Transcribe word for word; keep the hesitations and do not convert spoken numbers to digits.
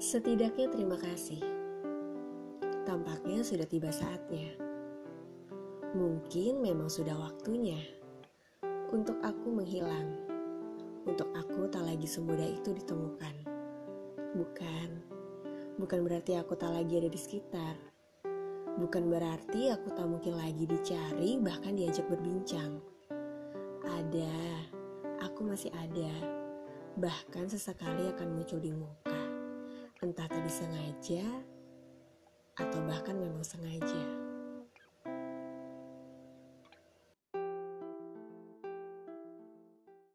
Setidaknya terima kasih. Tampaknya sudah tiba saatnya. Mungkin memang sudah waktunya untuk aku menghilang. Untuk aku tak lagi semudah itu ditemukan. Bukan, bukan berarti aku tak lagi ada di sekitar. Bukan berarti aku tak mungkin lagi dicari, bahkan diajak berbincang. Ada, aku masih ada. Bahkan sesekali akan muncul di muka. Entah tadi sengaja, atau bahkan memang sengaja.